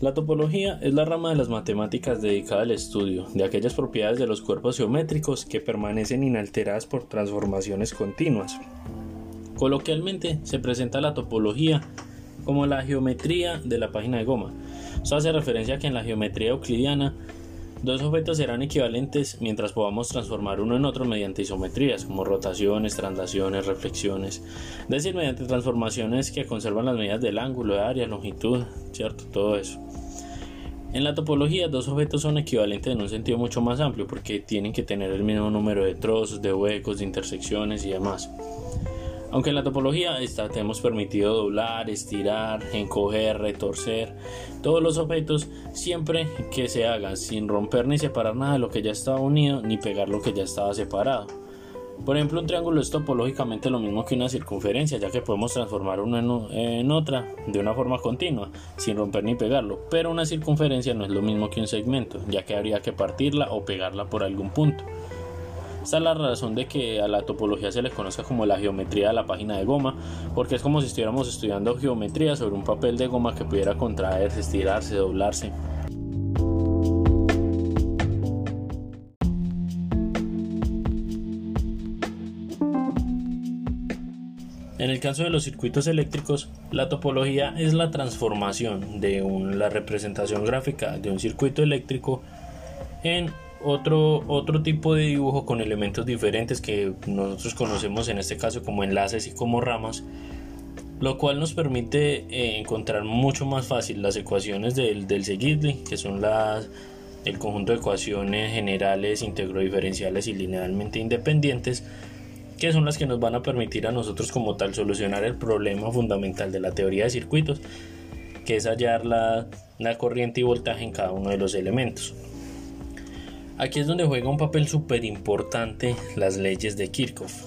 La topología es la rama de las matemáticas dedicada al estudio de aquellas propiedades de los cuerpos geométricos que permanecen inalteradas por transformaciones continuas. Coloquialmente se presenta la topología como la geometría de la página de goma. Esto hace referencia a que en la geometría euclidiana dos objetos serán equivalentes mientras podamos transformar uno en otro mediante isometrías como rotaciones, traslaciones, reflexiones, es decir, mediante transformaciones que conservan las medidas del ángulo, de área, longitud, ¿cierto? Todo eso. En la topología, dos objetos son equivalentes en un sentido mucho más amplio porque tienen que tener el mismo número de trozos, de huecos, de intersecciones y demás. Aunque en la topología tenemos permitido doblar, estirar, encoger, retorcer todos los objetos siempre que se haga sin romper ni separar nada de lo que ya estaba unido ni pegar lo que ya estaba separado. Por ejemplo, un triángulo es topológicamente lo mismo que una circunferencia, ya que podemos transformar uno en otra de una forma continua, sin romper ni pegarlo, pero una circunferencia no es lo mismo que un segmento, ya que habría que partirla o pegarla por algún punto. Esta es la razón de que a la topología se le conozca como la geometría de la página de goma, porque es como si estuviéramos estudiando geometría sobre un papel de goma que pudiera contraerse, estirarse, doblarse. En el caso de los circuitos eléctricos, la topología es la transformación de la representación gráfica de un circuito eléctrico en otro tipo de dibujo con elementos diferentes que nosotros conocemos en este caso como enlaces y como ramas, lo cual nos permite encontrar mucho más fácil las ecuaciones del Segidly, que son el conjunto de ecuaciones generales, integro-diferenciales y linealmente independientes, que son las que nos van a permitir a nosotros como tal solucionar el problema fundamental de la teoría de circuitos, que es hallar la corriente y voltaje en cada uno de los elementos. Aquí es donde juega un papel súper importante las leyes de Kirchhoff.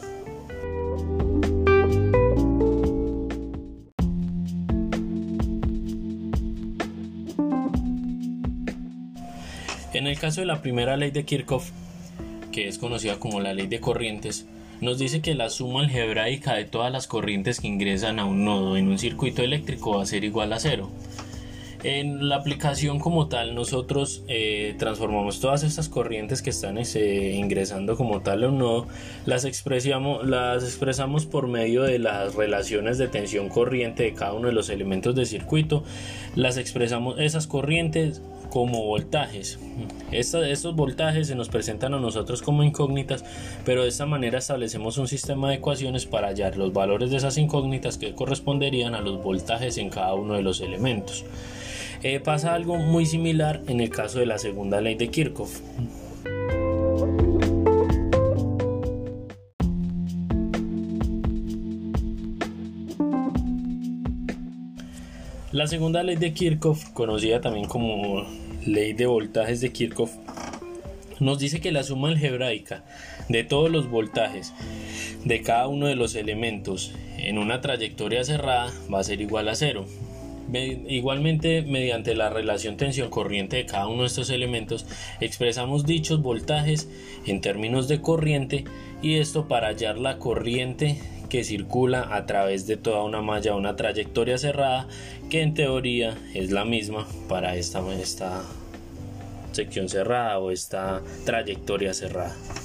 En el caso de la primera ley de Kirchhoff, que es conocida como la ley de corrientes, nos dice que la suma algebraica de todas las corrientes que ingresan a un nodo en un circuito eléctrico va a ser igual a 0. En la aplicación como tal, nosotros transformamos todas estas corrientes que están ingresando como tal a un nodo, las expresamos por medio de las relaciones de tensión corriente de cada uno de los elementos del circuito. Las expresamos esas corrientes como voltajes. Estos voltajes se nos presentan a nosotros como incógnitas, pero de esta manera establecemos un sistema de ecuaciones para hallar los valores de esas incógnitas que corresponderían a los voltajes en cada uno de los elementos. Pasa algo muy similar en el caso de la segunda ley de Kirchhoff. La segunda ley de Kirchhoff, conocida también como ley de voltajes de Kirchhoff, nos dice que la suma algebraica de todos los voltajes de cada uno de los elementos en una trayectoria cerrada va a ser igual a 0. Igualmente, mediante la relación tensión-corriente de cada uno de estos elementos, expresamos dichos voltajes en términos de corriente, y esto para hallar la corriente que circula a través de toda una malla, una trayectoria cerrada, que en teoría es la misma para esta sección cerrada o esta trayectoria cerrada.